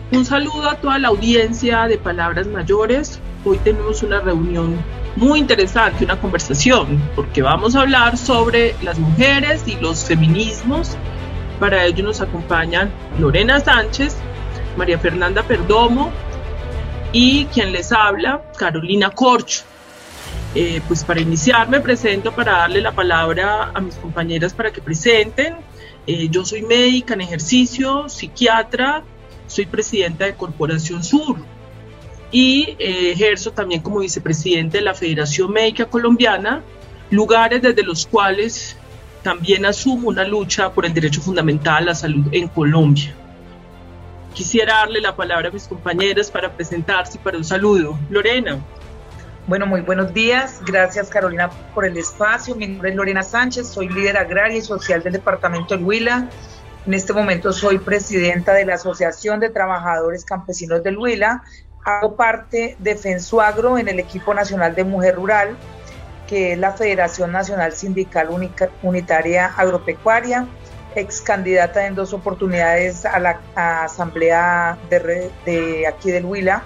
Un saludo a toda la audiencia de Palabras Mayores. Hoy tenemos una reunión muy interesante, una conversación, porque vamos a hablar sobre las mujeres y los feminismos. Para ello nos acompañan Lorena Sánchez, María Fernanda Perdomo y quien les habla, Carolina Corcho. Pues para iniciar me presento para darle la palabra a mis compañeras para que presenten. Yo soy médica en ejercicio, psiquiatra, soy presidenta de Corporación Sur y ejerzo también como vicepresidente de la Federación Médica Colombiana, lugares desde los cuales también asumo una lucha por el derecho fundamental a la salud en Colombia. Quisiera darle la palabra a mis compañeras para presentarse y para un saludo. Lorena. Bueno, muy buenos días. Gracias, Carolina, por el espacio. Mi nombre es Lorena Sánchez, soy líder agraria y social del departamento del Huila. En este momento soy presidenta de la Asociación de Trabajadores Campesinos del Huila. Hago parte de FENSUAGRO en el equipo nacional de Mujer Rural, que es la Federación Nacional Sindical Unitaria Agropecuaria, ex candidata en 2 oportunidades a la asamblea de aquí del Huila,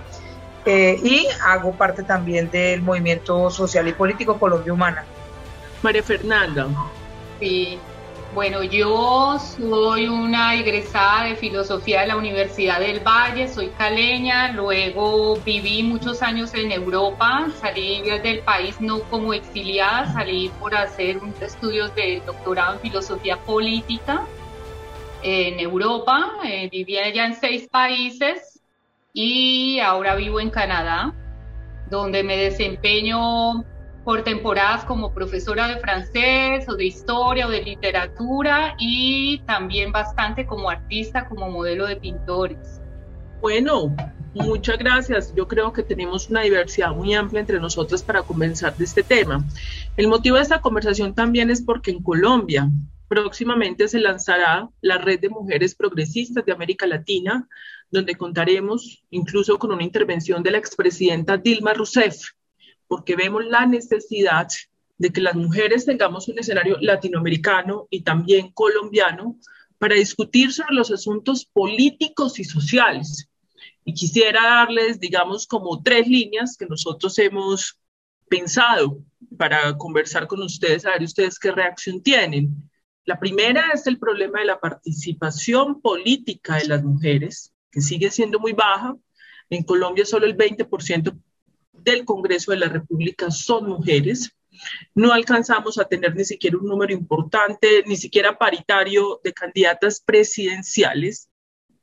y hago parte también del movimiento social y político Colombia Humana. María Fernanda. Sí. Bueno, yo soy una egresada de filosofía de la Universidad del Valle, soy caleña, luego viví muchos años en Europa, salí del país no como exiliada, salí por hacer estudios de doctorado en filosofía política en Europa, viví allá en 6 países y ahora vivo en Canadá, donde me desempeño por temporadas como profesora de francés o de historia o de literatura y también bastante como artista, como modelo de pintores. Bueno, muchas gracias. Yo creo que tenemos una diversidad muy amplia entre nosotras para conversar de este tema. El motivo de esta conversación también es porque en Colombia próximamente se lanzará la Red de Mujeres Progresistas de América Latina, donde contaremos incluso con una intervención de la expresidenta Dilma Rousseff, porque vemos la necesidad de que las mujeres tengamos un escenario latinoamericano y también colombiano para discutir sobre los asuntos políticos y sociales. Y quisiera darles, digamos, como 3 líneas que nosotros hemos pensado para conversar con ustedes, a ver ustedes qué reacción tienen. La primera es el problema de la participación política de las mujeres, que sigue siendo muy baja. En Colombia solo el 20% del Congreso de la República son mujeres. No alcanzamos a tener ni siquiera un número importante, ni siquiera paritario de candidatas presidenciales.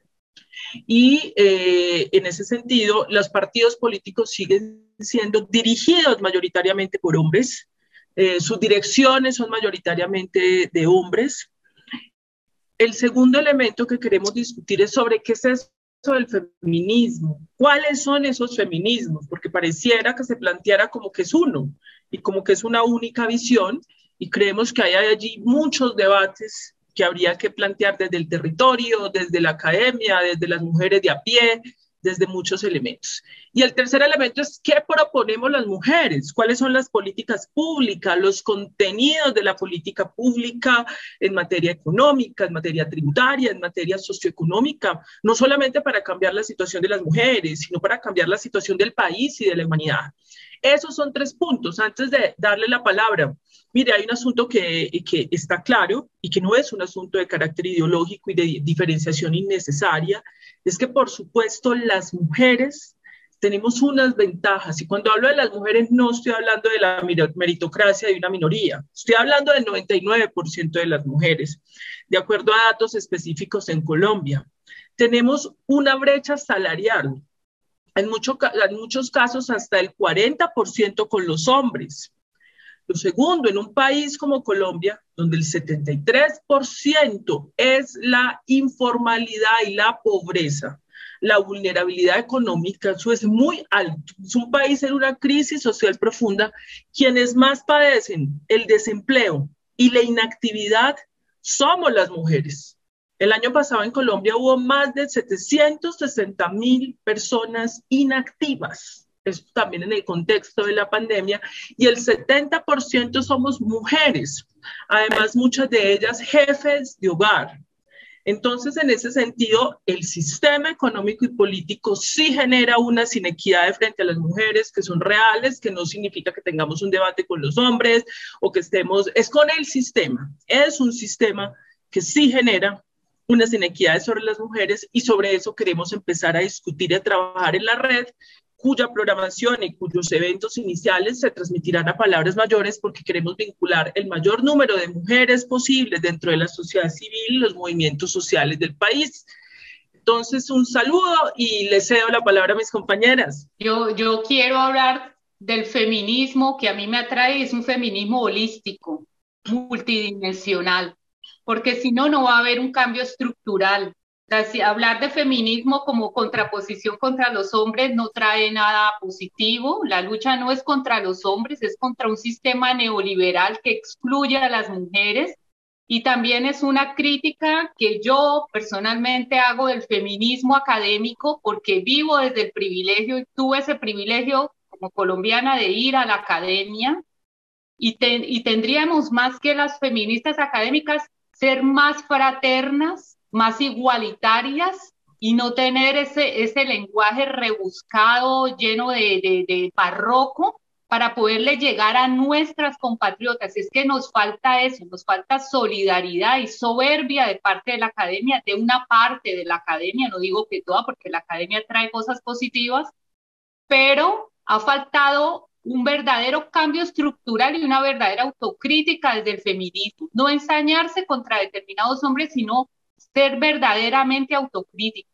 Y en ese sentido, los partidos políticos siguen siendo dirigidos mayoritariamente por hombres. Sus direcciones son mayoritariamente de hombres. El segundo elemento que queremos discutir es sobre qué es eso del feminismo. ¿Cuáles son esos feminismos? Porque pareciera que se planteara como que es uno y como que es una única visión, y creemos que hay allí muchos debates que habría que plantear desde el territorio, desde la academia, desde las mujeres de a pie, desde muchos elementos. Y el tercer elemento es qué proponemos las mujeres, cuáles son las políticas públicas, los contenidos de la política pública en materia económica, en materia tributaria, en materia socioeconómica, no solamente para cambiar la situación de las mujeres, sino para cambiar la situación del país y de la humanidad. Esos son 3 puntos. Antes de darle la palabra, mire, hay un asunto que está claro y que no es un asunto de carácter ideológico y de diferenciación innecesaria, es que por supuesto las mujeres tenemos unas ventajas, y cuando hablo de las mujeres no estoy hablando de la meritocracia de una minoría, estoy hablando del 99% de las mujeres, de acuerdo a datos específicos en Colombia. Tenemos una brecha salarial, en muchos casos hasta el 40% con los hombres. Lo segundo, en un país como Colombia, donde el 73% es la informalidad y la pobreza, la vulnerabilidad económica, eso es muy alto. Es un país en una crisis social profunda. Quienes más padecen el desempleo y la inactividad somos las mujeres. El año pasado en Colombia hubo más de 760.000 personas inactivas. Esto también en el contexto de la pandemia, y el 70% somos mujeres, además muchas de ellas jefes de hogar. Entonces, en ese sentido, el sistema económico y político sí genera unas inequidades frente a las mujeres que son reales, que no significa que tengamos un debate con los hombres o que estemos, es con el sistema. Es un sistema que sí genera unas inequidades sobre las mujeres y sobre eso queremos empezar a discutir y a trabajar en la red, cuya programación y cuyos eventos iniciales se transmitirán a palabras mayores porque queremos vincular el mayor número de mujeres posibles dentro de la sociedad civil y los movimientos sociales del país. Entonces, un saludo y le cedo la palabra a mis compañeras. Yo quiero hablar del feminismo que a mí me atrae, es un feminismo holístico, multidimensional, porque si no, no va a haber un cambio estructural. Hablar de feminismo como contraposición contra los hombres no trae nada positivo. La lucha no es contra los hombres, es contra un sistema neoliberal que excluye a las mujeres. Y también es una crítica que yo personalmente hago del feminismo académico porque vivo desde el privilegio y tuve ese privilegio como colombiana de ir a la academia y tendríamos más que las feministas académicas ser más fraternas, más igualitarias y no tener ese lenguaje rebuscado, lleno de barroco, para poderle llegar a nuestras compatriotas. Es que nos falta eso, nos falta solidaridad y soberbia de parte de la academia, de una parte de la academia, no digo que toda, porque la academia trae cosas positivas, pero ha faltado un verdadero cambio estructural y una verdadera autocrítica desde el feminismo. No ensañarse contra determinados hombres, sino ser verdaderamente autocrítico.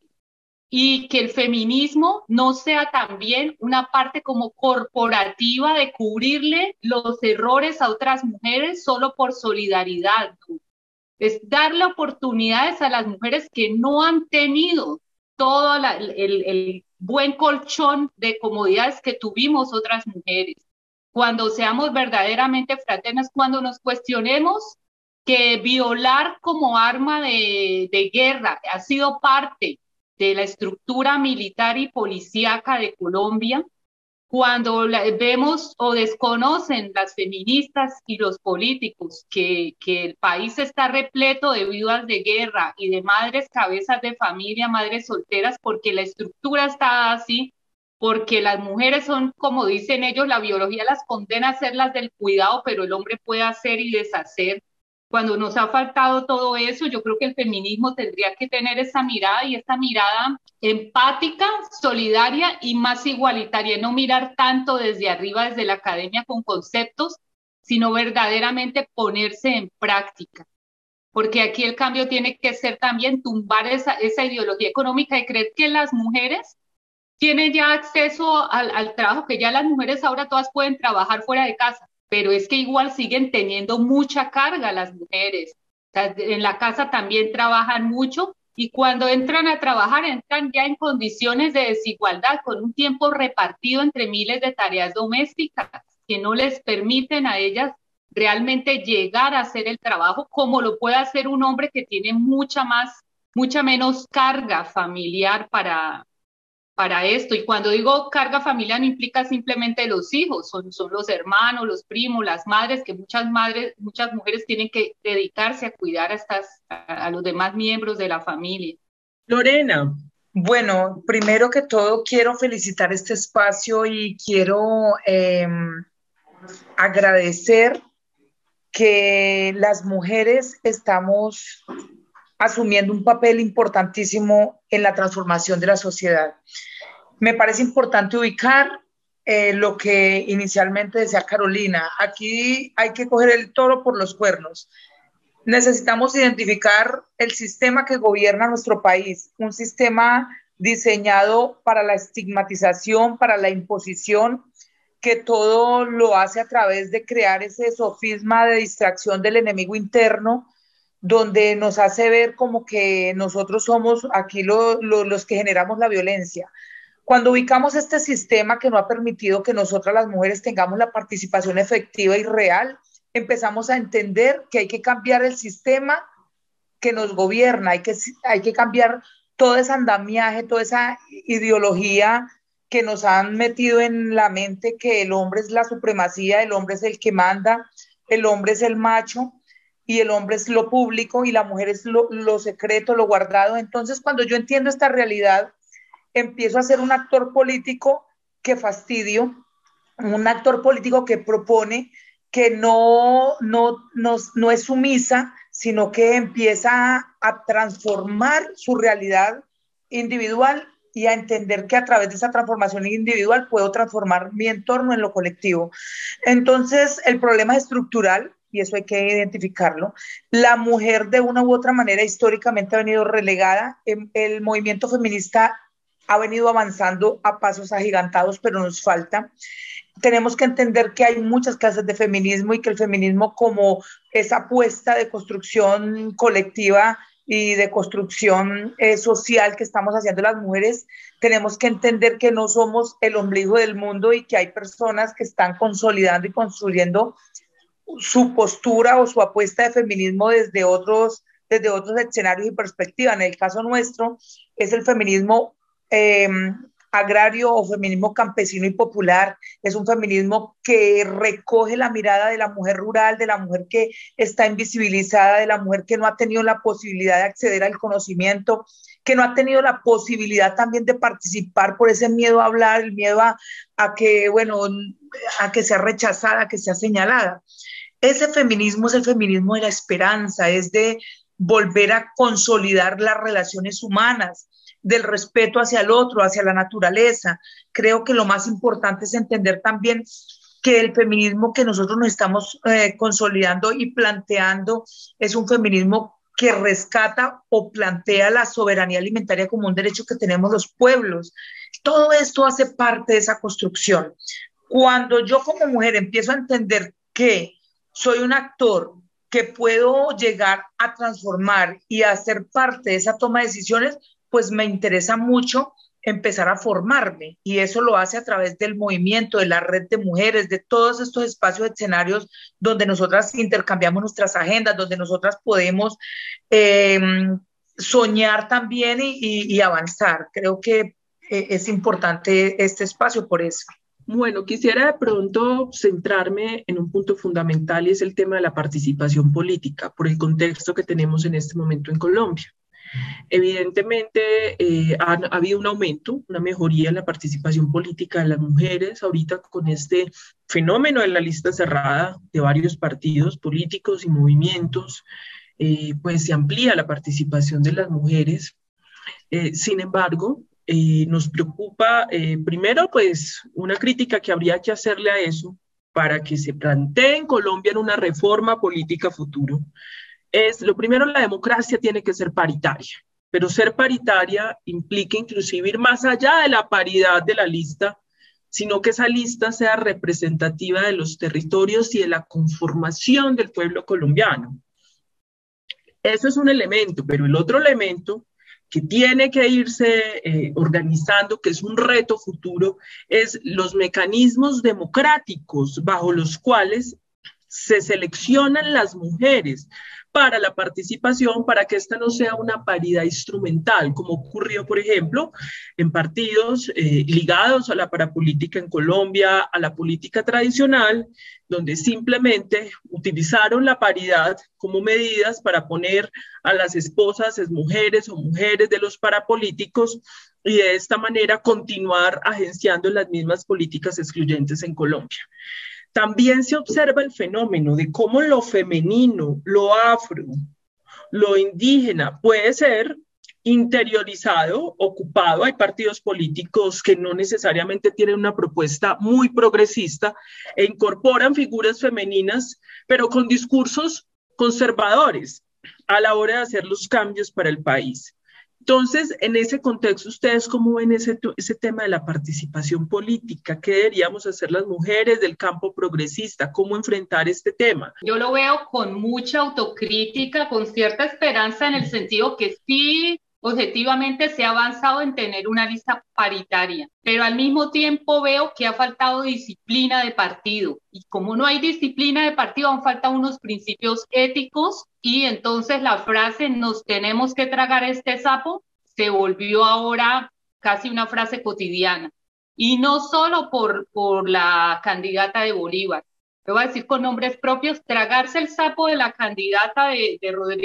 Y que el feminismo no sea también una parte como corporativa de cubrirle los errores a otras mujeres solo por solidaridad, ¿no? Es darle oportunidades a las mujeres que no han tenido todo el buen colchón de comodidades que tuvimos otras mujeres. Cuando seamos verdaderamente fraternas, cuando nos cuestionemos que violar como arma de guerra ha sido parte de la estructura militar y policíaca de Colombia, cuando vemos o desconocen las feministas y los políticos que el país está repleto de viudas de guerra y de madres cabezas de familia, madres solteras, porque la estructura está así, porque las mujeres son, como dicen ellos, la biología las condena a ser las del cuidado, pero el hombre puede hacer y deshacer. Cuando nos ha faltado todo eso, yo creo que el feminismo tendría que tener esa mirada y esta mirada empática, solidaria y más igualitaria, no mirar tanto desde arriba, desde la academia con conceptos, sino verdaderamente ponerse en práctica. Porque aquí el cambio tiene que ser también tumbar esa ideología económica y creer que las mujeres tienen ya acceso al trabajo, que ya las mujeres ahora todas pueden trabajar fuera de casa. Pero es que igual siguen teniendo mucha carga las mujeres. O sea, en la casa también trabajan mucho y cuando entran a trabajar entran ya en condiciones de desigualdad, con un tiempo repartido entre miles de tareas domésticas que no les permiten a ellas realmente llegar a hacer el trabajo como lo puede hacer un hombre que tiene mucha menos carga familiar para esto. Y cuando digo carga familiar no implica simplemente los hijos, son los hermanos, los primos, las madres, que muchas mujeres tienen que dedicarse a cuidar a los demás miembros de la familia. Lorena. Bueno, primero que todo quiero felicitar este espacio y quiero agradecer que las mujeres estamos asumiendo un papel importantísimo en la transformación de la sociedad. Me parece importante ubicar lo que inicialmente decía Carolina. Aquí hay que coger el toro por los cuernos. Necesitamos identificar el sistema que gobierna nuestro país, un sistema diseñado para la estigmatización, para la imposición, que todo lo hace a través de crear ese sofisma de distracción del enemigo interno, donde nos hace ver como que nosotros somos aquí los que generamos la violencia. Cuando ubicamos este sistema que no ha permitido que nosotras las mujeres tengamos la participación efectiva y real, empezamos a entender que hay que cambiar el sistema que nos gobierna, hay que cambiar todo ese andamiaje, toda esa ideología que nos han metido en la mente, que el hombre es la supremacía, el hombre es el que manda, el hombre es el macho. y el hombre es lo público y la mujer es lo secreto, lo guardado. Entonces, cuando yo entiendo esta realidad, empiezo a ser un actor político que fastidio, un actor político que propone, que no es sumisa, sino que empieza a transformar su realidad individual y a entender que a través de esa transformación individual puedo transformar mi entorno en lo colectivo. Entonces, el problema es estructural y eso hay que identificarlo. La mujer de una u otra manera históricamente ha venido relegada. El movimiento feminista ha venido avanzando a pasos agigantados, pero nos falta. Tenemos que entender que hay muchas clases de feminismo y que el feminismo, como esa apuesta de construcción colectiva y de construcción social que estamos haciendo las mujeres, tenemos que entender que no somos el ombligo del mundo y que hay personas que están consolidando y construyendo su postura o su apuesta de feminismo desde otros escenarios y perspectivas. En el caso nuestro es el feminismo agrario o feminismo campesino y popular. Es un feminismo que recoge la mirada de la mujer rural, de la mujer que está invisibilizada, de la mujer que no ha tenido la posibilidad de acceder al conocimiento, que no ha tenido la posibilidad también de participar por ese miedo a hablar, el miedo a que sea rechazada, a que sea señalada. Ese feminismo es el feminismo de la esperanza, es de volver a consolidar las relaciones humanas, del respeto hacia el otro, hacia la naturaleza. Creo que lo más importante es entender también que el feminismo que nosotros nos estamos consolidando y planteando es un feminismo que rescata o plantea la soberanía alimentaria como un derecho que tenemos los pueblos. Todo esto hace parte de esa construcción. Cuando yo como mujer empiezo a entender que soy un actor, que puedo llegar a transformar y a ser parte de esa toma de decisiones, pues me interesa mucho empezar a formarme, y eso lo hace a través del movimiento, de la red de mujeres, de todos estos espacios, escenarios donde nosotras intercambiamos nuestras agendas, donde nosotras podemos soñar también y avanzar. Creo que es importante este espacio por eso. Bueno, quisiera de pronto centrarme en un punto fundamental y es el tema de la participación política, por el contexto que tenemos en este momento en Colombia. Evidentemente ha habido un aumento, una mejoría en la participación política de las mujeres ahorita con este fenómeno de la lista cerrada de varios partidos políticos y movimientos, pues se amplía la participación de las mujeres. Sin embargo, nos preocupa primero pues una crítica que habría que hacerle a eso para que se plantee en Colombia en una reforma política futuro. Lo primero, la democracia tiene que ser paritaria, pero ser paritaria implica inclusive ir más allá de la paridad de la lista, sino que esa lista sea representativa de los territorios y de la conformación del pueblo colombiano. Eso es un elemento, pero el otro elemento que tiene que irse organizando, que es un reto futuro, es los mecanismos democráticos bajo los cuales se seleccionan las mujeres para la participación, para que esta no sea una paridad instrumental, como ocurrió, por ejemplo, en partidos ligados a la parapolítica en Colombia, a la política tradicional, donde simplemente utilizaron la paridad como medidas para poner a las esposas, mujeres o mujeres de los parapolíticos, y de esta manera continuar agenciando las mismas políticas excluyentes en Colombia. También se observa el fenómeno de cómo lo femenino, lo afro, lo indígena puede ser interiorizado, ocupado. Hay partidos políticos que no necesariamente tienen una propuesta muy progresista e incorporan figuras femeninas, pero con discursos conservadores a la hora de hacer los cambios para el país. Entonces, en ese contexto, ¿ustedes cómo ven ese tema de la participación política? ¿Qué deberíamos hacer las mujeres del campo progresista? ¿Cómo enfrentar este tema? Yo lo veo con mucha autocrítica, con cierta esperanza en el sentido que sí, objetivamente se ha avanzado en tener una lista paritaria, pero al mismo tiempo veo que ha faltado disciplina de partido, y como no hay disciplina de partido, han faltado unos principios éticos, y entonces la frase "nos tenemos que tragar este sapo" se volvió ahora casi una frase cotidiana, y no solo por la candidata de Bolívar, lo voy a decir con nombres propios, tragarse el sapo de la candidata de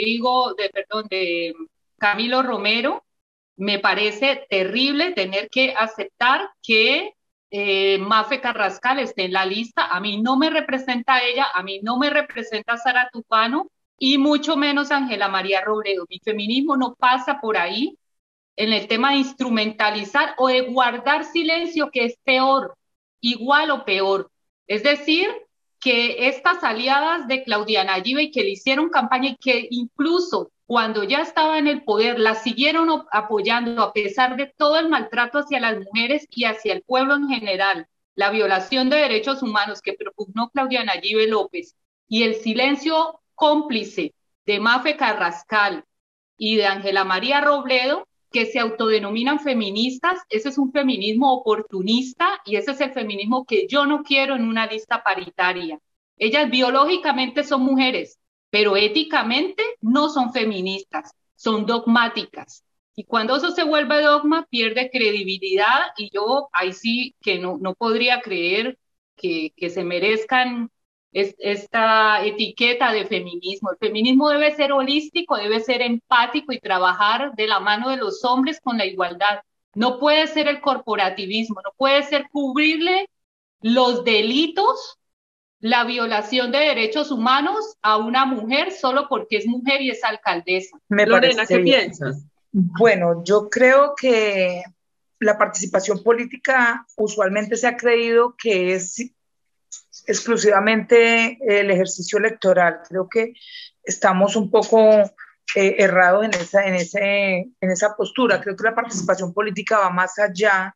Camilo Romero. Me parece terrible tener que aceptar que Mafe Carrascal esté en la lista. A mí no me representa ella, a mí no me representa Sara Tufano y mucho menos Ángela María Robledo. Mi feminismo no pasa por ahí en el tema de instrumentalizar o de guardar silencio, que es peor, igual o peor. Es decir, que estas aliadas de Claudiana Yive que le hicieron campaña y que incluso cuando ya estaba en el poder la siguieron apoyando a pesar de todo el maltrato hacia las mujeres y hacia el pueblo en general, la violación de derechos humanos que propugnó Claudiana Yive López y el silencio cómplice de Mafe Carrascal y de Ángela María Robledo, que se autodenominan feministas. Ese es un feminismo oportunista y ese es el feminismo que yo no quiero en una lista paritaria. Ellas biológicamente son mujeres, pero éticamente no son feministas, son dogmáticas. Y cuando eso se vuelve dogma, pierde credibilidad y yo ahí sí que no podría creer que se merezcan esta etiqueta de feminismo. El feminismo debe ser holístico, debe ser empático y trabajar de la mano de los hombres con la igualdad. No puede ser el corporativismo, no puede ser cubrirle los delitos, la violación de derechos humanos a una mujer solo porque es mujer y es alcaldesa. Lorena, ¿qué piensas? Bueno, yo creo que la participación política usualmente se ha creído que es exclusivamente el ejercicio electoral. Creo que estamos un poco errados en esa postura. Creo que la participación política va más allá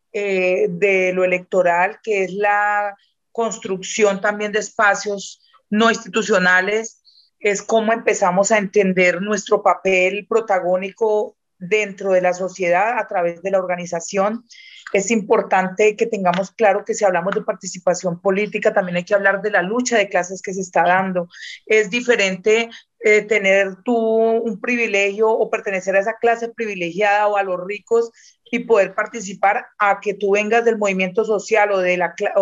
de lo electoral, que es la construcción también de espacios no institucionales, es cómo empezamos a entender nuestro papel protagónico dentro de la sociedad a través de la organización. Es importante que tengamos claro que si hablamos de participación política, también hay que hablar de la lucha de clases que se está dando. Es diferente tener tú un privilegio o pertenecer a esa clase privilegiada o a los ricos y poder participar a que tú vengas del movimiento social o de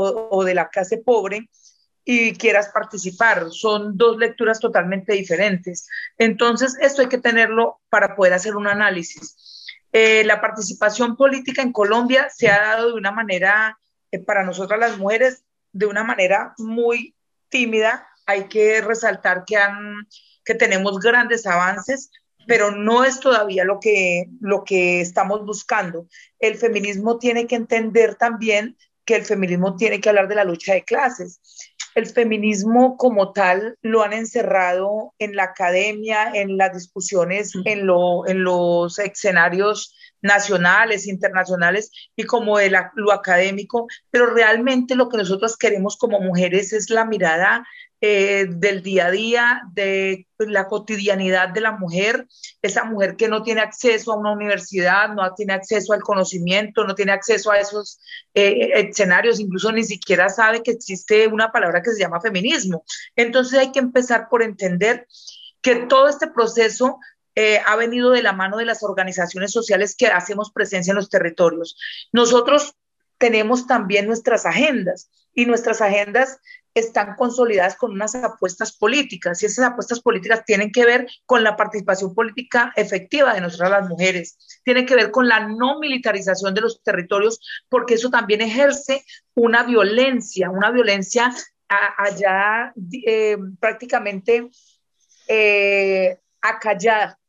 la clase pobre y quieras participar. Son dos lecturas totalmente diferentes. Entonces, esto hay que tenerlo para poder hacer un análisis. La participación política en Colombia se ha dado de una manera, para nosotras las mujeres, de una manera muy tímida. Hay que resaltar que tenemos grandes avances, pero no es todavía lo que estamos buscando. El feminismo tiene que entender también que el feminismo tiene que hablar de la lucha de clases. El feminismo como tal lo han encerrado en la academia, en las discusiones, en los escenarios nacionales, internacionales y como de lo académico, pero realmente lo que nosotros queremos como mujeres es la mirada del día a día, de la cotidianidad de la mujer, esa mujer que no tiene acceso a una universidad, no tiene acceso al conocimiento, no tiene acceso a esos escenarios, incluso ni siquiera sabe que existe una palabra que se llama feminismo. Entonces hay que empezar por entender que todo este proceso ha venido de la mano de las organizaciones sociales que hacemos presencia en los territorios. Nosotros tenemos también nuestras agendas y nuestras agendas están consolidadas con unas apuestas políticas y esas apuestas políticas tienen que ver con la participación política efectiva de nosotras las mujeres, tienen que ver con la no militarización de los territorios, porque eso también ejerce una violencia allá prácticamente acallada,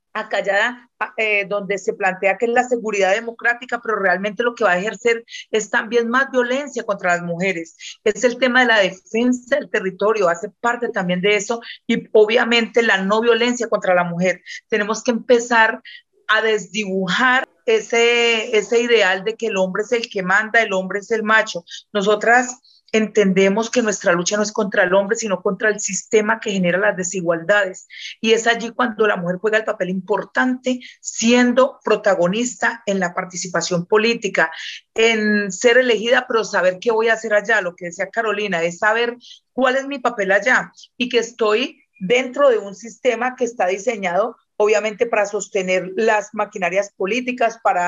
donde se plantea que es la seguridad democrática, pero realmente lo que va a ejercer es también más violencia contra las mujeres. Es el tema de la defensa del territorio, hace parte también de eso, y obviamente la no violencia contra la mujer. Tenemos que empezar a desdibujar ese ideal de que el hombre es el que manda, el hombre es el macho. Nosotras entendemos que nuestra lucha no es contra el hombre, sino contra el sistema que genera las desigualdades. Y es allí cuando la mujer juega el papel importante, siendo protagonista en la participación política, en ser elegida, pero saber qué voy a hacer allá. Lo que decía Carolina, es saber cuál es mi papel allá y que estoy dentro de un sistema que está diseñado obviamente para sostener las maquinarias políticas, para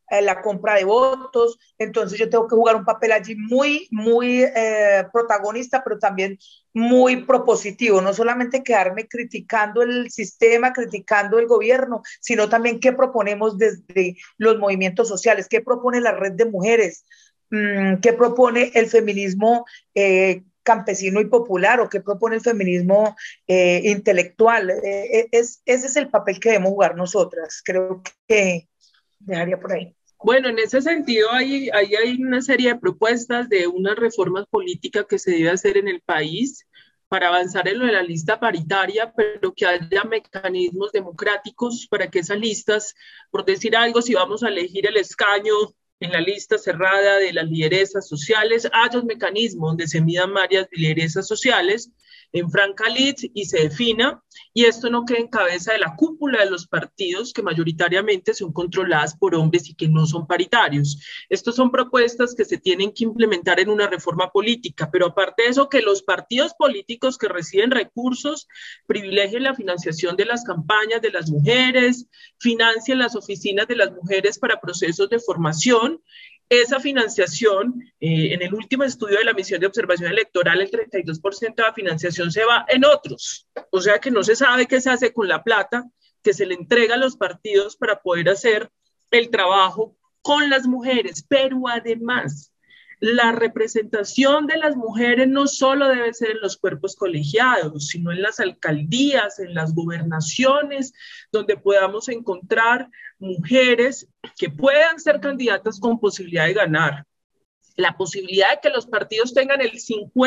la compra de votos, entonces yo tengo que jugar un papel allí muy protagonista, pero también muy propositivo, no solamente quedarme criticando el sistema, criticando el gobierno, sino también qué proponemos desde los movimientos sociales, qué propone la red de mujeres, qué propone el feminismo campesino y popular, o qué propone el feminismo intelectual. Ese es el papel que debemos jugar nosotras. Creo que dejaría por ahí. Bueno, en ese sentido hay una serie de propuestas de unas reformas políticas que se debe hacer en el país para avanzar en lo de la lista paritaria, pero que haya mecanismos democráticos para que esas listas, por decir algo, si vamos a elegir el escaño en la lista cerrada de las lideresas sociales, haya un mecanismo donde se midan varias lideresas sociales en franca lid y se defina, y esto no quede en cabeza de la cúpula de los partidos que mayoritariamente son controladas por hombres y que no son paritarios. Estas son propuestas que se tienen que implementar en una reforma política, pero aparte de eso, que los partidos políticos que reciben recursos privilegien la financiación de las campañas de las mujeres, financien las oficinas de las mujeres para procesos de formación. Esa financiación, en el último estudio de la misión de observación electoral, el 32% de la financiación se va en otros. O sea que no se sabe qué se hace con la plata que se le entrega a los partidos para poder hacer el trabajo con las mujeres. Pero además, la representación de las mujeres no solo debe ser en los cuerpos colegiados, sino en las alcaldías, en las gobernaciones, donde podamos encontrar mujeres que puedan ser candidatas con posibilidad de ganar. La posibilidad de que los partidos tengan el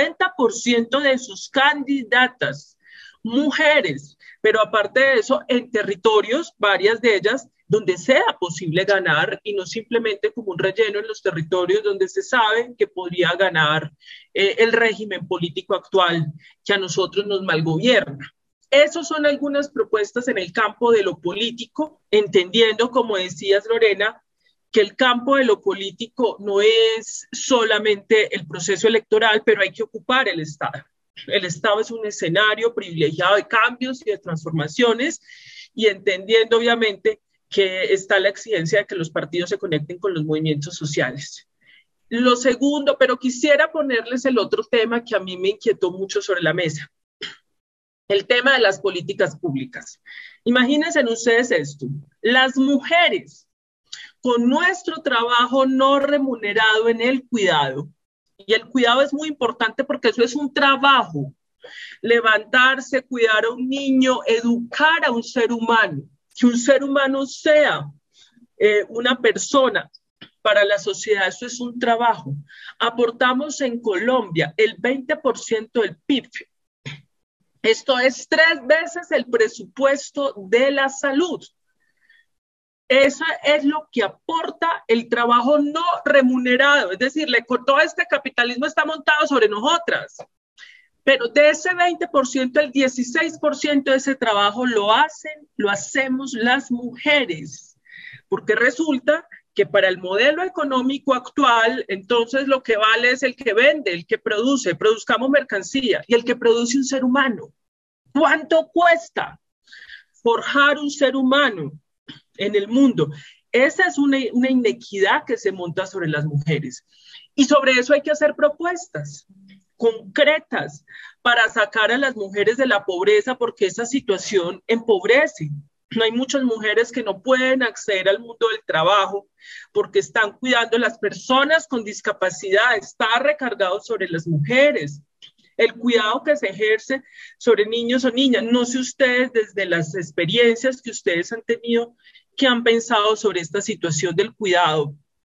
50% de sus candidatas mujeres, pero aparte de eso, en territorios, varias de ellas, donde sea posible ganar y no simplemente como un relleno en los territorios donde se sabe que podría ganar el régimen político actual que a nosotros nos malgobierna. Esas son algunas propuestas en el campo de lo político, entendiendo, como decías, Lorena, que el campo de lo político no es solamente el proceso electoral, pero hay que ocupar el Estado. El Estado es un escenario privilegiado de cambios y de transformaciones, y entendiendo obviamente que está la exigencia de que los partidos se conecten con los movimientos sociales. Lo segundo, pero quisiera ponerles el otro tema que a mí me inquietó mucho sobre la mesa, el tema de las políticas públicas. Imagínense ustedes esto, las mujeres con nuestro trabajo no remunerado en el cuidado, y el cuidado es muy importante porque eso es un trabajo, levantarse, cuidar a un niño, educar a un ser humano, que un ser humano sea una persona para la sociedad, eso es un trabajo. Aportamos en Colombia el 20% del PIB. Esto es 3 veces el presupuesto de la salud. Eso es lo que aporta el trabajo no remunerado. Es decir, todo este capitalismo está montado sobre nosotras. Pero de ese 20%, el 16% de ese trabajo lo hacemos las mujeres. Porque resulta que para el modelo económico actual, entonces lo que vale es el que vende, el que produce, produzcamos mercancía, y el que produce un ser humano. ¿Cuánto cuesta forjar un ser humano en el mundo? Esa es una inequidad que se monta sobre las mujeres. Y sobre eso hay que hacer propuestas concretas para sacar a las mujeres de la pobreza, porque esa situación empobrece. Hay muchas mujeres que no pueden acceder al mundo del trabajo porque están cuidando a las personas con discapacidad, está recargado sobre las mujeres. El cuidado que se ejerce sobre niños o niñas. No sé ustedes, desde las experiencias que ustedes han tenido, ¿qué han pensado sobre esta situación del cuidado?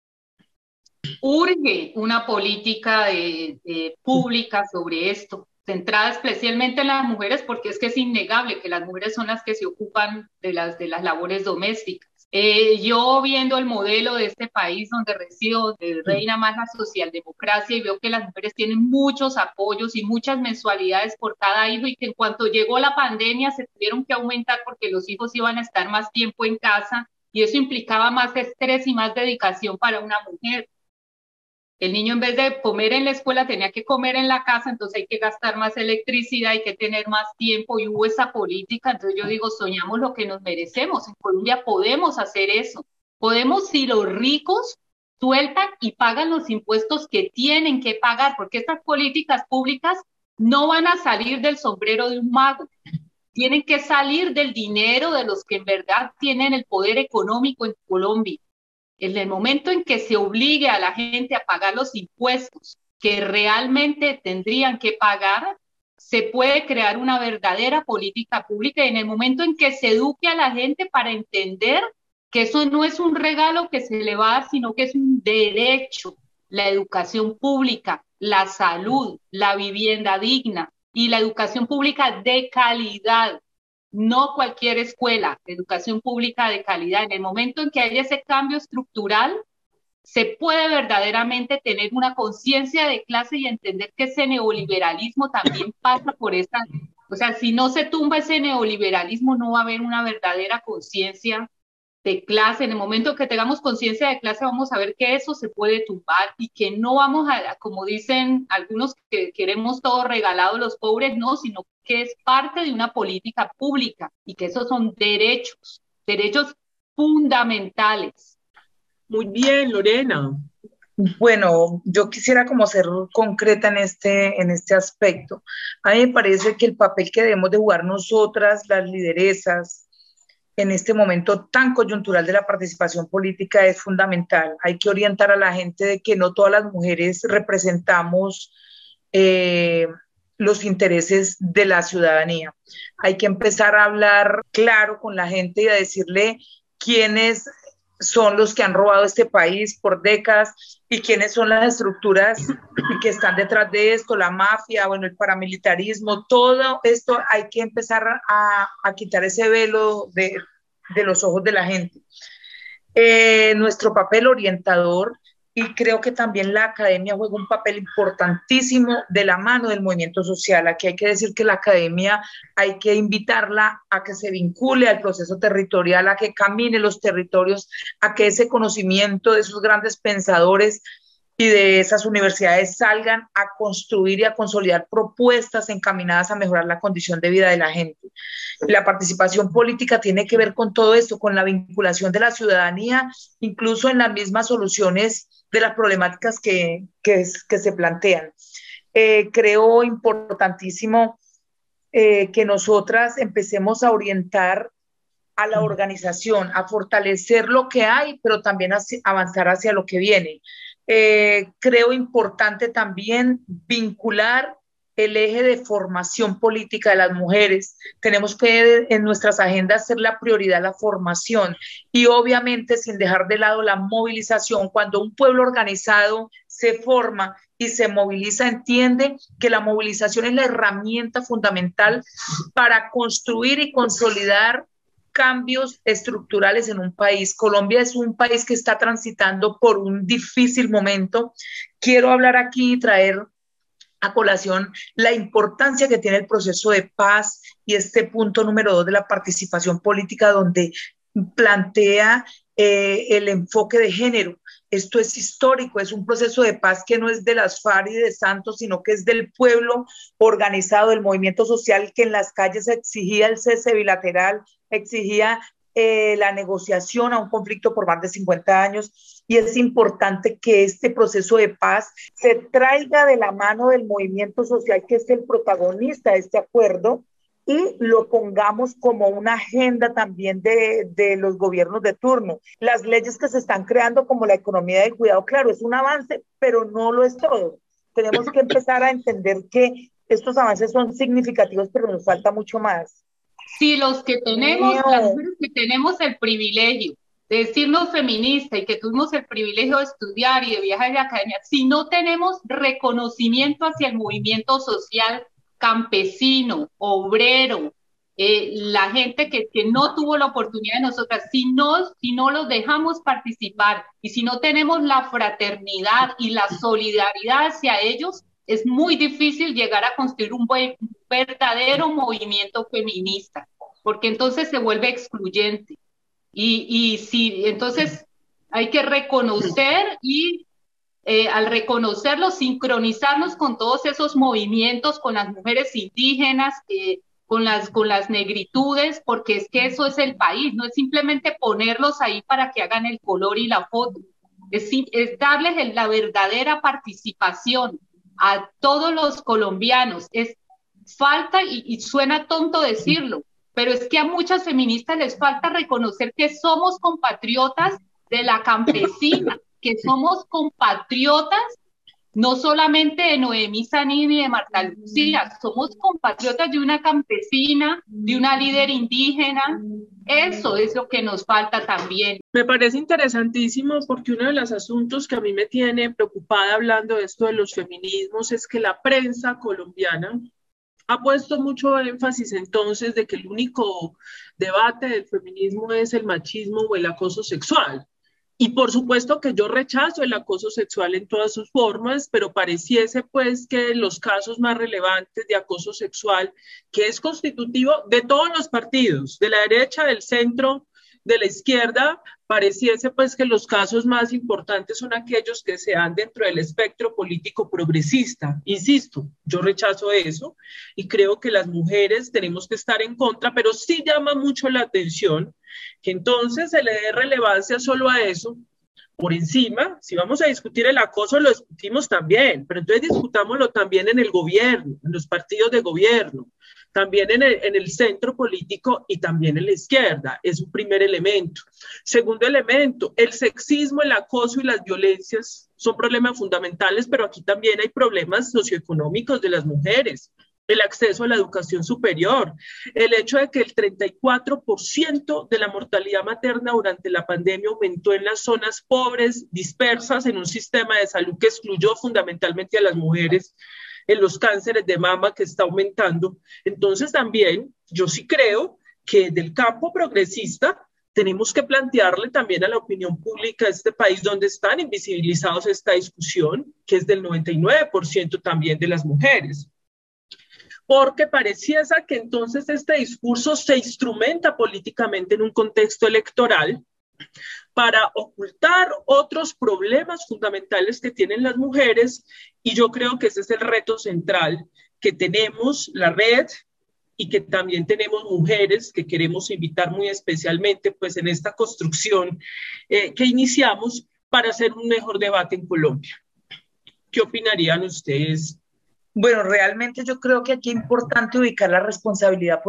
Urge una política pública sobre esto, centrada especialmente en las mujeres, porque es que es innegable que las mujeres son las que se ocupan de las labores domésticas. Yo viendo el modelo de este país donde resido, donde reina más la socialdemocracia, y veo que las mujeres tienen muchos apoyos y muchas mensualidades por cada hijo, y que en cuanto llegó la pandemia se tuvieron que aumentar porque los hijos iban a estar más tiempo en casa, y eso implicaba más estrés y más dedicación para una mujer. El niño, en vez de comer en la escuela, tenía que comer en la casa, entonces hay que gastar más electricidad, hay que tener más tiempo, y hubo esa política. Entonces yo digo, soñamos lo que nos merecemos. En Colombia podemos hacer eso. Podemos, si los ricos sueltan y pagan los impuestos que tienen que pagar, porque estas políticas públicas no van a salir del sombrero de un mago, tienen que salir del dinero de los que en verdad tienen el poder económico en Colombia. En el momento en que se obligue a la gente a pagar los impuestos que realmente tendrían que pagar, se puede crear una verdadera política pública, y en el momento en que se eduque a la gente para entender que eso no es un regalo que se le va a dar, sino que es un derecho, la educación pública, la salud, la vivienda digna y la educación pública de calidad, no cualquier escuela, educación pública de calidad. En el momento en que haya ese cambio estructural, se puede verdaderamente tener una conciencia de clase y entender que ese neoliberalismo también pasa por esa, o sea, si no se tumba ese neoliberalismo, no va a haber una verdadera conciencia de clase. En el momento que tengamos conciencia de clase, vamos a ver que eso se puede tumbar y que no vamos a, como dicen algunos, que queremos todo regalado los pobres, no, sino que es parte de una política pública y que esos son derechos, derechos fundamentales. Muy bien, Lorena. Bueno, yo quisiera como ser concreta en este aspecto. A mí me parece que el papel que debemos de jugar nosotras, las lideresas, en este momento tan coyuntural de la participación política es fundamental. Hay que orientar a la gente de que no todas las mujeres representamos los intereses de la ciudadanía. Hay que empezar a hablar claro con la gente y a decirle quiénes son los que han robado este país por décadas y quiénes son las estructuras que están detrás de esto, la mafia, bueno, el paramilitarismo, todo esto hay que empezar a quitar ese velo de los ojos de la gente. Nuestro papel orientador, y creo que también la academia juega un papel importantísimo de la mano del movimiento social. Aquí hay que decir que la academia hay que invitarla a que se vincule al proceso territorial, a que camine los territorios, a que ese conocimiento de esos grandes pensadores y de esas universidades salgan a construir y a consolidar propuestas encaminadas a mejorar la condición de vida de la gente. La participación política tiene que ver con todo esto, con la vinculación de la ciudadanía, incluso en las mismas soluciones de las problemáticas que se plantean. Creo importantísimo que nosotras empecemos a orientar a la organización, a fortalecer lo que hay, pero también a avanzar hacia lo que viene. Creo importante también vincular el eje de formación política de las mujeres. Tenemos que en nuestras agendas ser la prioridad la formación y obviamente sin dejar de lado la movilización. Cuando un pueblo organizado se forma y se moviliza, entiende que la movilización es la herramienta fundamental para construir y consolidar cambios estructurales en un país. Colombia es un país que está transitando por un difícil momento. Quiero hablar aquí y traer a colación la importancia que tiene el proceso de paz y este punto número 2 de la participación política, donde plantea el enfoque de género. Esto es histórico, es un proceso de paz que no es de las FARC y de Santos, sino que es del pueblo organizado, del movimiento social que en las calles exigía el cese bilateral, exigía la negociación a un conflicto por más de 50 años, y es importante que este proceso de paz se traiga de la mano del movimiento social, que es el protagonista de este acuerdo, y lo pongamos como una agenda también de los gobiernos de turno. Las leyes que se están creando, como la economía del cuidado, claro, es un avance, pero no lo es todo. Tenemos que empezar a entender que estos avances son significativos, pero nos falta mucho más. Si los que tenemos, las mujeres que tenemos el privilegio de decirnos feministas y que tuvimos el privilegio de estudiar y de viajar a la academia, si no tenemos reconocimiento hacia el movimiento social campesino, obrero, la gente que no tuvo la oportunidad de nosotras, si no los dejamos participar y si no tenemos la fraternidad y la solidaridad hacia ellos, es muy difícil llegar a construir un verdadero movimiento feminista, porque entonces se vuelve excluyente. Entonces hay que reconocer y al reconocerlo, sincronizarnos con todos esos movimientos, con las mujeres indígenas, con las negritudes, porque es que eso es el país, no es simplemente ponerlos ahí para que hagan el color y la foto, es darles la verdadera participación a todos los colombianos. Es falta, y suena tonto decirlo, pero es que a muchas feministas les falta reconocer que somos compatriotas de la campesina, que somos compatriotas no solamente de Noemí Sanín ni de Marta Lucía, somos compatriotas de una campesina, de una líder indígena. Eso es lo que nos falta también. Me parece interesantísimo porque uno de los asuntos que a mí me tiene preocupada hablando de esto de los feminismos es que la prensa colombiana ha puesto mucho énfasis entonces de que el único debate del feminismo es el machismo o el acoso sexual. Y por supuesto que yo rechazo el acoso sexual en todas sus formas, pero pareciese pues que los casos más relevantes de acoso sexual, que es constitutivo de todos los partidos, de la derecha, del centro, de la izquierda, pareciese pues que los casos más importantes son aquellos que se dan dentro del espectro político progresista. Insisto, yo rechazo eso y creo que las mujeres tenemos que estar en contra, pero sí llama mucho la atención que entonces se le dé relevancia solo a eso. Por encima, si vamos a discutir el acoso, lo discutimos también, pero entonces discutámoslo también en el gobierno, en los partidos de gobierno, también en el centro político y también en la izquierda. Es un primer elemento. Segundo elemento, el sexismo, el acoso y las violencias son problemas fundamentales, pero aquí también hay problemas socioeconómicos de las mujeres. El acceso a la educación superior, el hecho de que el 34% de la mortalidad materna durante la pandemia aumentó en las zonas pobres, dispersas, en un sistema de salud que excluyó fundamentalmente a las mujeres, en los cánceres de mama que está aumentando. Entonces también yo sí creo que del campo progresista tenemos que plantearle también a la opinión pública de este país donde están invisibilizados esta discusión, que es del 99% también de las mujeres. Porque pareciera que entonces este discurso se instrumenta políticamente en un contexto electoral para ocultar otros problemas fundamentales que tienen las mujeres, y yo creo que ese es el reto central que tenemos la red y que también tenemos mujeres que queremos invitar muy especialmente pues en esta construcción que iniciamos para hacer un mejor debate en Colombia. ¿Qué opinarían ustedes? Bueno, realmente yo creo que aquí es importante ubicar la responsabilidad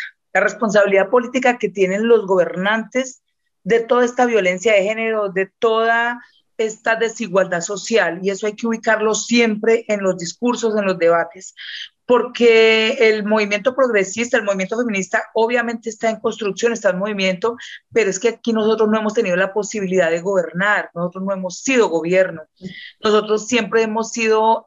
política que tienen los gobernantes de toda esta violencia de género, de toda esta desigualdad social, y eso hay que ubicarlo siempre en los discursos, en los debates, porque el movimiento progresista, el movimiento feminista, obviamente está en construcción, está en movimiento, pero es que aquí nosotros no hemos tenido la posibilidad de gobernar, nosotros no hemos sido gobierno, nosotros siempre hemos sido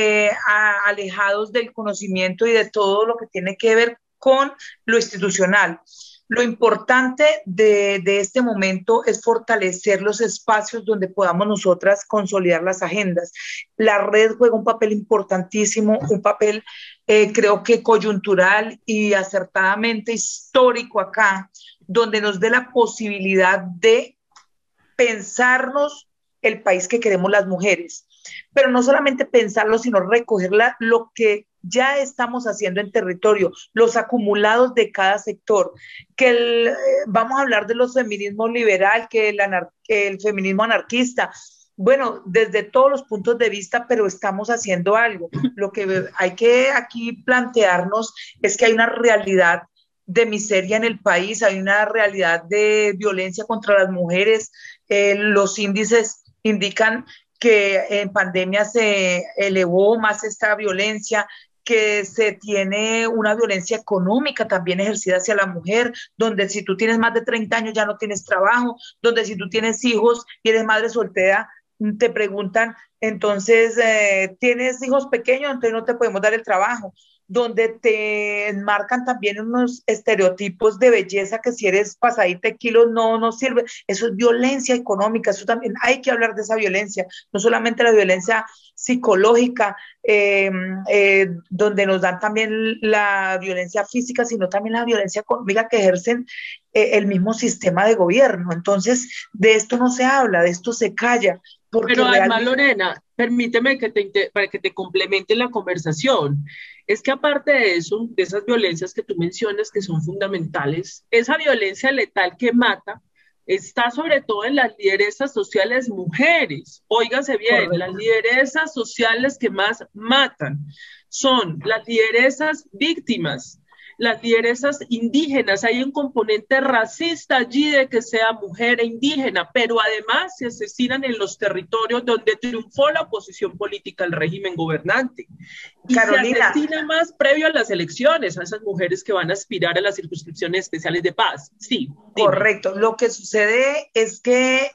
alejados del conocimiento y de todo lo que tiene que ver con lo institucional. Lo importante de este momento es fortalecer los espacios donde podamos nosotras consolidar las agendas. La red juega un papel importantísimo, un papel creo que coyuntural y acertadamente histórico acá, donde nos dé la posibilidad de pensarnos el país que queremos las mujeres. Pero no solamente pensarlo, sino recoger lo que ya estamos haciendo en territorio, los acumulados de cada sector, vamos a hablar de los feminismos liberal, que el feminismo anarquista, bueno, desde todos los puntos de vista, pero estamos haciendo algo. Lo que hay que aquí plantearnos es que hay una realidad de miseria en el país, hay una realidad de violencia contra las mujeres, los índices indican que en pandemia se elevó más esta violencia, que se tiene una violencia económica también ejercida hacia la mujer, donde si tú tienes más de 30 años ya no tienes trabajo, donde si tú tienes hijos y eres madre soltera, te preguntan, entonces, ¿tienes hijos pequeños? Entonces no te podemos dar el trabajo, donde te marcan también unos estereotipos de belleza que si eres pasadita de kilos no sirve. Eso es violencia económica, eso también hay que hablar de esa violencia, no solamente la violencia psicológica, donde nos dan también la violencia física, sino también la violencia económica que ejercen el mismo sistema de gobierno. Entonces, de esto no se habla, de esto se calla. Pero además, Lorena, permíteme para que te complemente la conversación. es que aparte de eso, de esas violencias que tú mencionas que son fundamentales, esa violencia letal que mata está sobre todo en las lideresas sociales mujeres. Óigase bien, Correcto. las lideresas sociales que más matan son las lideresas víctimas, las lideresas indígenas. Hay un componente racista allí de que sea mujer e indígena, pero además se asesinan en los territorios donde triunfó la oposición política al régimen gobernante. Y Carolina, se asesina más previo a las elecciones a esas mujeres que van a aspirar a las circunscripciones especiales de paz. Sí, dime. Correcto. Lo que sucede es que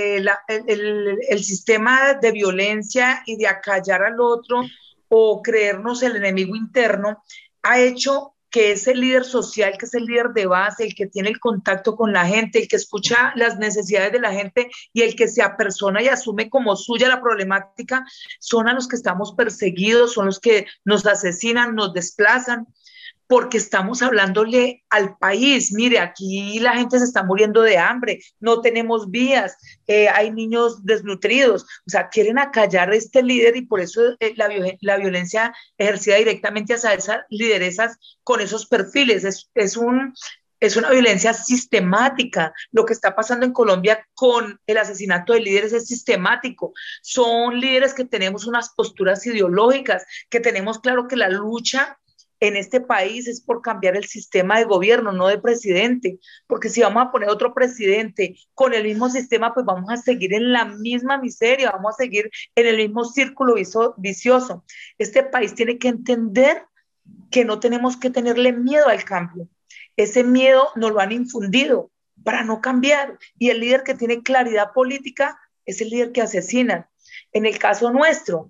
el sistema de violencia y de acallar al otro o creernos el enemigo interno ha hecho que ese líder social, que es el líder de base, el que tiene el contacto con la gente, el que escucha las necesidades de la gente y el que se apersona y asume como suya la problemática, son a los que estamos perseguidos, son los que nos asesinan, nos desplazan, porque estamos hablándole al país. Mire, aquí la gente se está muriendo de hambre, no tenemos vías, hay niños desnutridos, o sea, quieren acallar a este líder y por eso la violencia ejercida directamente hacia esas lideresas con esos perfiles es una violencia sistemática. Lo que está pasando en Colombia con el asesinato de líderes es sistemático. Son líderes que tenemos unas posturas ideológicas, que tenemos claro que la lucha en este país es por cambiar el sistema de gobierno, no de presidente, porque si vamos a poner otro presidente con el mismo sistema, pues vamos a seguir en la misma miseria, vamos a seguir en el mismo círculo vicioso. Este país tiene que entender que no tenemos que tenerle miedo al cambio. Ese miedo nos lo han infundido para no cambiar, y el líder que tiene claridad política es el líder que asesina. En el caso nuestro,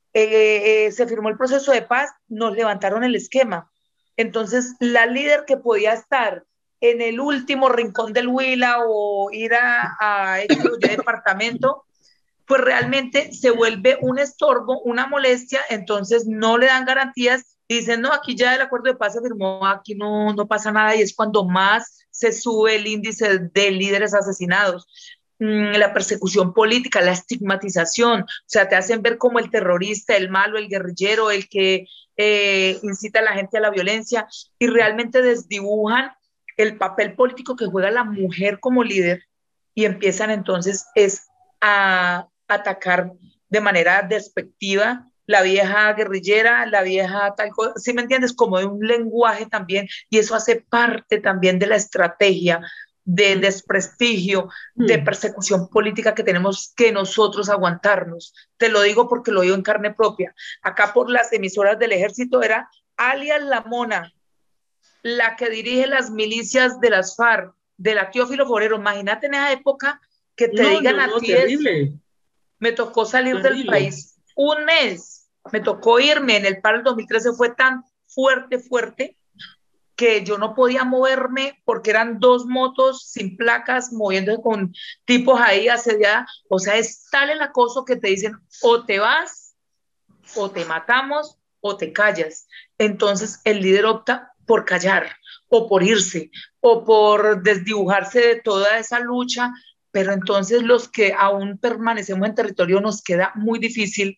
se firmó el proceso de paz, nos levantaron el esquema. Entonces, la líder que podía estar en el último rincón del Huila o ir a departamento, pues realmente se vuelve un estorbo, una molestia, entonces no le dan garantías, dicen, no, aquí ya el acuerdo de paz se firmó, aquí no pasa nada, y es cuando más se sube el índice de líderes asesinados. La persecución política, la estigmatización, o sea, te hacen ver como el terrorista, el malo, el guerrillero, el que incita a la gente a la violencia, y realmente desdibujan el papel político que juega la mujer como líder, y empiezan entonces a atacar de manera despectiva la vieja guerrillera, la vieja tal cosa, ¿sí me entiendes? Como de un lenguaje también, y eso hace parte también de la estrategia de desprestigio, de persecución política que tenemos que nosotros aguantarnos. Te lo digo porque lo digo en carne propia. Acá por las emisoras del ejército era alias La Mona, la que dirige las milicias de las FARC, de la Teófilo Forero. Imagínate en esa época que te digan a ti terrible. Me tocó salir del país un mes, me tocó irme, en el paro del 2013 fue tan fuerte, que yo no podía moverme porque eran 2 motos sin placas moviéndose con tipos ahí asediados. O sea, es tal el acoso que te dicen o te vas, o te matamos, o te callas. Entonces el líder opta por callar, o por irse, o por desdibujarse de toda esa lucha, pero entonces los que aún permanecemos en territorio nos queda muy difícil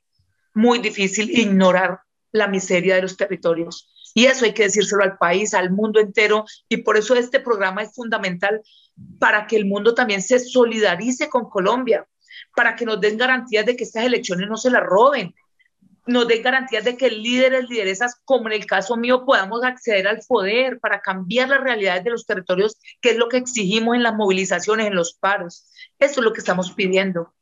ignorar la miseria de los territorios. Y eso hay que decírselo al país, al mundo entero, y por eso este programa es fundamental para que el mundo también se solidarice con Colombia, para que nos den garantías de que estas elecciones no se las roben, nos den garantías de que líderes, lideresas, como en el caso mío, podamos acceder al poder para cambiar las realidades de los territorios, que es lo que exigimos en las movilizaciones, en los paros. Eso es lo que estamos pidiendo.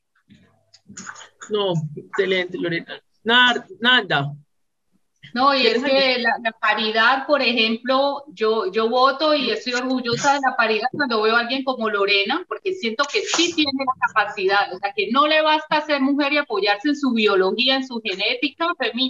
No, excelente, Lorena. Nada. No, y es que la paridad, por ejemplo, yo voto y estoy orgullosa de la paridad cuando veo a alguien como Lorena, porque siento que sí tiene la capacidad, o sea, que no le basta ser mujer y apoyarse en su biología, en su genética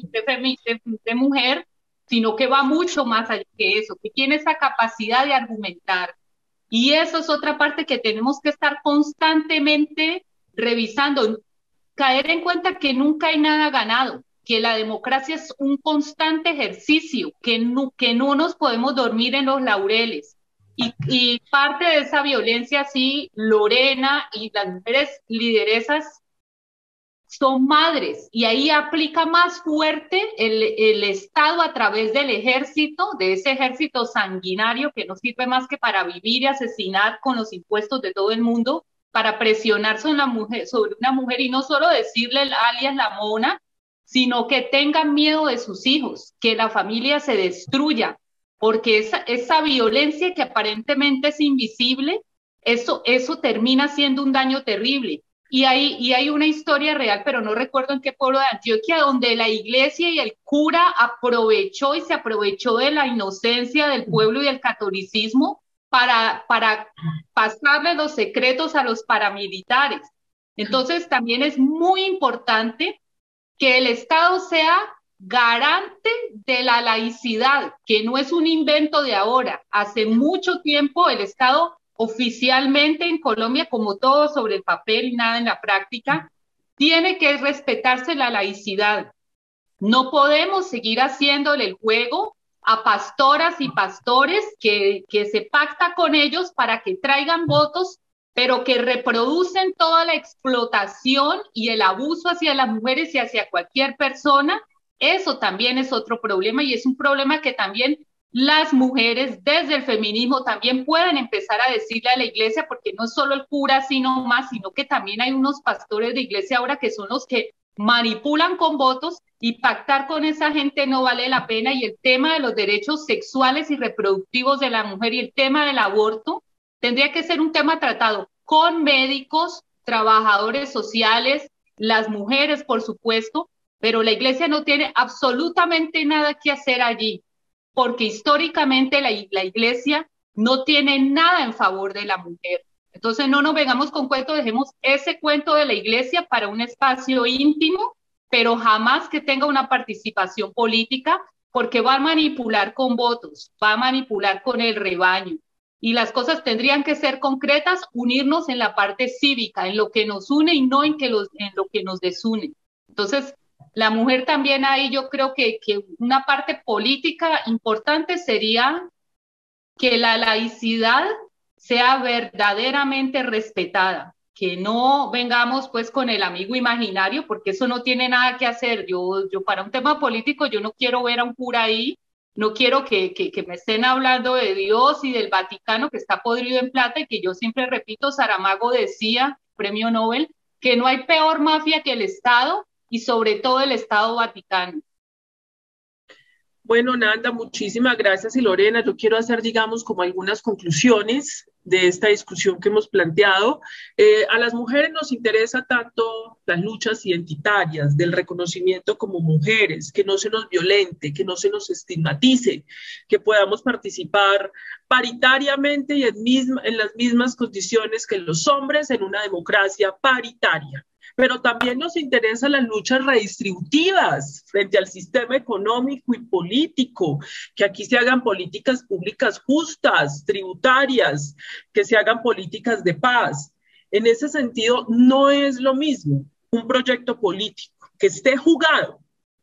de mujer, sino que va mucho más allá que eso, que tiene esa capacidad de argumentar. Y eso es otra parte que tenemos que estar constantemente revisando, caer en cuenta que nunca hay nada ganado, que la democracia es un constante ejercicio, que no nos podemos dormir en los laureles. Y parte de esa violencia, sí, Lorena y las mujeres lideresas son madres, y ahí aplica más fuerte el Estado a través del ejército, de ese ejército sanguinario que no sirve más que para vivir y asesinar con los impuestos de todo el mundo, para presionar sobre una mujer y no solo decirle alias la mona, sino que tengan miedo de sus hijos, que la familia se destruya, porque esa violencia que aparentemente es invisible, eso termina siendo un daño terrible. Y hay una historia real, pero no recuerdo en qué pueblo de Antioquia, donde la iglesia y el cura se aprovechó de la inocencia del pueblo y del catolicismo para pasarle los secretos a los paramilitares. Entonces también es muy importante que el Estado sea garante de la laicidad, que no es un invento de ahora. Hace mucho tiempo el Estado oficialmente en Colombia, como todo sobre el papel y nada en la práctica, tiene que respetarse la laicidad. No podemos seguir haciéndole el juego a pastoras y pastores que se pacta con ellos para que traigan votos, pero que reproducen toda la explotación y el abuso hacia las mujeres y hacia cualquier persona. Eso también es otro problema, y es un problema que también las mujeres desde el feminismo también pueden empezar a decirle a la iglesia, porque no es solo el cura sino que también hay unos pastores de iglesia ahora que son los que manipulan con votos, y pactar con esa gente no vale la pena. Y el tema de los derechos sexuales y reproductivos de la mujer y el tema del aborto tendría que ser un tema tratado con médicos, trabajadores sociales, las mujeres, por supuesto, pero la iglesia no tiene absolutamente nada que hacer allí, porque históricamente la iglesia no tiene nada en favor de la mujer. Entonces no nos vengamos con cuentos, dejemos ese cuento de la iglesia para un espacio íntimo, pero jamás que tenga una participación política, porque va a manipular con votos, va a manipular con el rebaño. Y las cosas tendrían que ser concretas, unirnos en la parte cívica, en lo que nos une y no en lo que nos desune. Entonces, la mujer también ahí, yo creo que una parte política importante sería que la laicidad sea verdaderamente respetada, que no vengamos pues con el amigo imaginario, porque eso no tiene nada que hacer. Yo para un tema político, yo no quiero ver a un cura ahí, no quiero que me estén hablando de Dios y del Vaticano, que está podrido en plata, y que yo siempre repito, Saramago decía, premio Nobel, que no hay peor mafia que el Estado, y sobre todo el Estado Vaticano. Bueno, Nanda, muchísimas gracias. Y Lorena, yo quiero hacer, digamos, como algunas conclusiones de esta discusión que hemos planteado. A las mujeres nos interesa tanto las luchas identitarias, del reconocimiento como mujeres, que no se nos violente, que no se nos estigmatice, que podamos participar paritariamente y en las mismas condiciones que los hombres en una democracia paritaria. Pero también nos interesan las luchas redistributivas frente al sistema económico y político, que aquí se hagan políticas públicas justas, tributarias, que se hagan políticas de paz. En ese sentido, no es lo mismo un proyecto político que esté jugado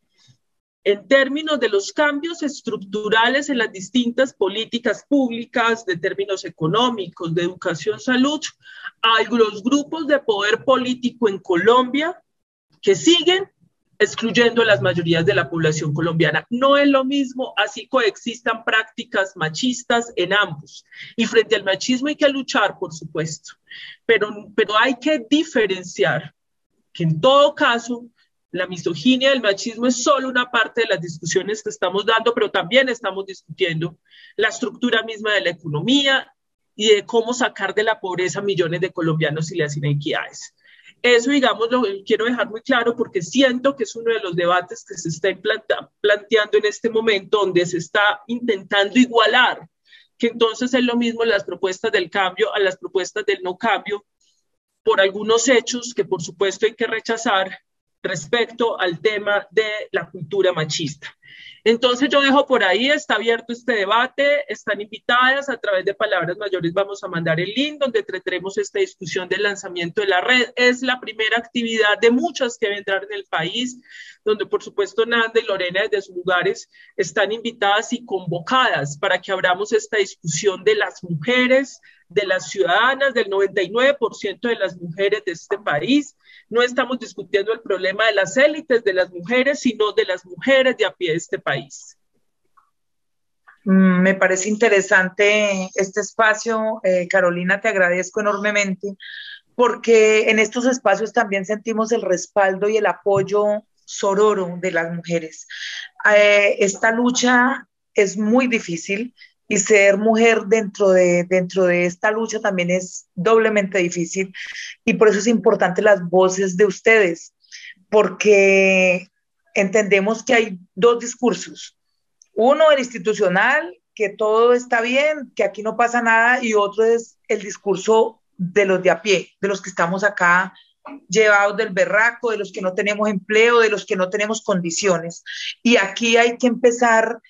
en términos de los cambios estructurales en las distintas políticas públicas, de términos económicos, de educación, salud, a los grupos de poder político en Colombia que siguen excluyendo a las mayorías de la población colombiana. No es lo mismo, así coexistan prácticas machistas en ambos. Y frente al machismo hay que luchar, por supuesto, pero hay que diferenciar que en todo caso la misoginia y el machismo es solo una parte de las discusiones que estamos dando, pero también estamos discutiendo la estructura misma de la economía y de cómo sacar de la pobreza a millones de colombianos y las inequidades. Eso, digamos, lo quiero dejar muy claro porque siento que es uno de los debates que se está planteando en este momento, donde se está intentando igualar, que entonces es lo mismo las propuestas del cambio a las propuestas del no cambio, por algunos hechos que por supuesto hay que rechazar respecto al tema de la cultura machista. Entonces yo dejo por ahí, está abierto este debate, están invitadas, a través de Palabras Mayores vamos a mandar el link donde trataremos esta discusión del lanzamiento de la red. Es la primera actividad de muchas que vendrán en el país, donde por supuesto Nanda y Lorena desde sus lugares están invitadas y convocadas para que abramos esta discusión de las mujeres, de las ciudadanas, del 99% de las mujeres de este país. No estamos discutiendo el problema de las élites de las mujeres, sino de las mujeres de a pie de este país. Me parece interesante este espacio, Carolina, te agradezco enormemente, porque en estos espacios también sentimos el respaldo y el apoyo sororo de las mujeres. Esta lucha es muy difícil y ser mujer dentro de esta lucha también es doblemente difícil, y por eso es importante las voces de ustedes, porque entendemos que hay dos discursos. Uno, el institucional, que todo está bien, que aquí no pasa nada, y otro es el discurso de los de a pie, de los que estamos acá llevados del berraco, de los que no tenemos empleo, de los que no tenemos condiciones. Y aquí hay que empezar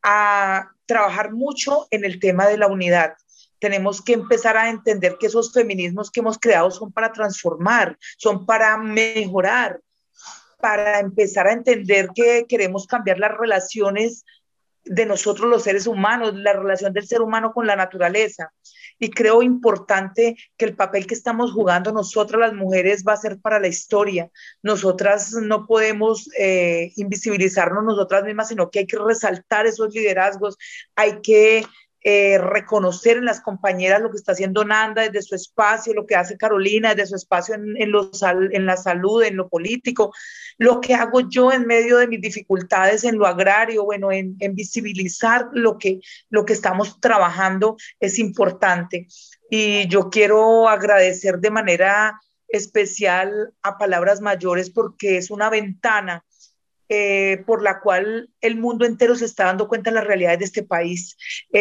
a trabajar mucho en el tema de la unidad. Tenemos que empezar a entender que esos feminismos que hemos creado son para transformar, son para mejorar, para empezar a entender que queremos cambiar las relaciones de nosotros los seres humanos, la relación del ser humano con la naturaleza. Y creo importante que el papel que estamos jugando nosotras las mujeres va a ser para la historia. Nosotras no podemos invisibilizarnos nosotras mismas, sino que hay que resaltar esos liderazgos, hay que reconocer en las compañeras lo que está haciendo Nanda desde su espacio, lo que hace Carolina desde su espacio en la salud, en lo político, lo que hago yo en medio de mis dificultades en lo agrario, bueno, en visibilizar lo que estamos trabajando es importante. Y yo quiero agradecer de manera especial a Palabras Mayores, porque es una ventana por la cual el mundo entero se está dando cuenta de las realidades de este país.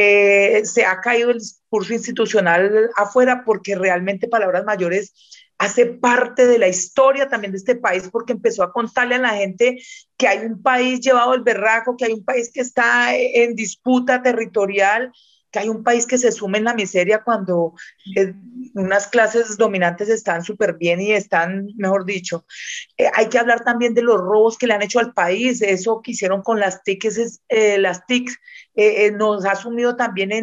Se ha caído el discurso institucional afuera, porque realmente Palabras Mayores hace parte de la historia también de este país, porque empezó a contarle a la gente que hay un país llevado al berraco, que hay un país que está en disputa territorial, que hay un país que se sume en la miseria cuando unas clases dominantes están súper bien y están, mejor dicho. Hay que hablar también de los robos que le han hecho al país, eso que hicieron con las TICs, nos ha sumido también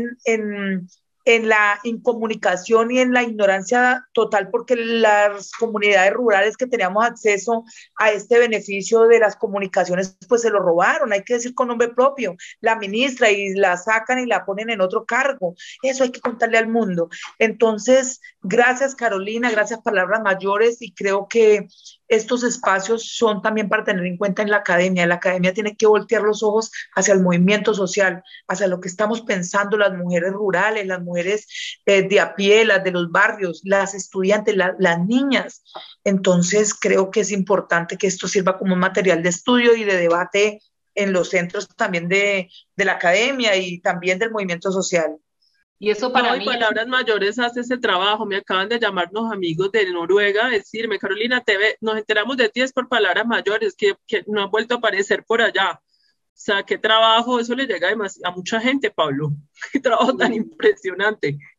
en la incomunicación y en la ignorancia total, porque las comunidades rurales que teníamos acceso a este beneficio de las comunicaciones, pues se lo robaron, hay que decir con nombre propio, la ministra, y la sacan y la ponen en otro cargo. Eso hay que contarle al mundo. Entonces, gracias Carolina, gracias Palabras Mayores, y creo que estos espacios son también para tener en cuenta en la academia. La academia tiene que voltear los ojos hacia el movimiento social, hacia lo que estamos pensando las mujeres rurales, las mujeres de a pie, las de los barrios, las estudiantes, las niñas. Entonces creo que es importante que esto sirva como un material de estudio y de debate en los centros también de la academia y también del movimiento social. Y eso para mí... Palabras Mayores hace ese trabajo. Me acaban de llamar unos amigos de Noruega a decirme, Carolina, nos enteramos de ti es por Palabras Mayores, que no han vuelto a aparecer por allá. O sea, qué trabajo, eso le llega a mucha gente, Pablo. Qué trabajo tan impresionante.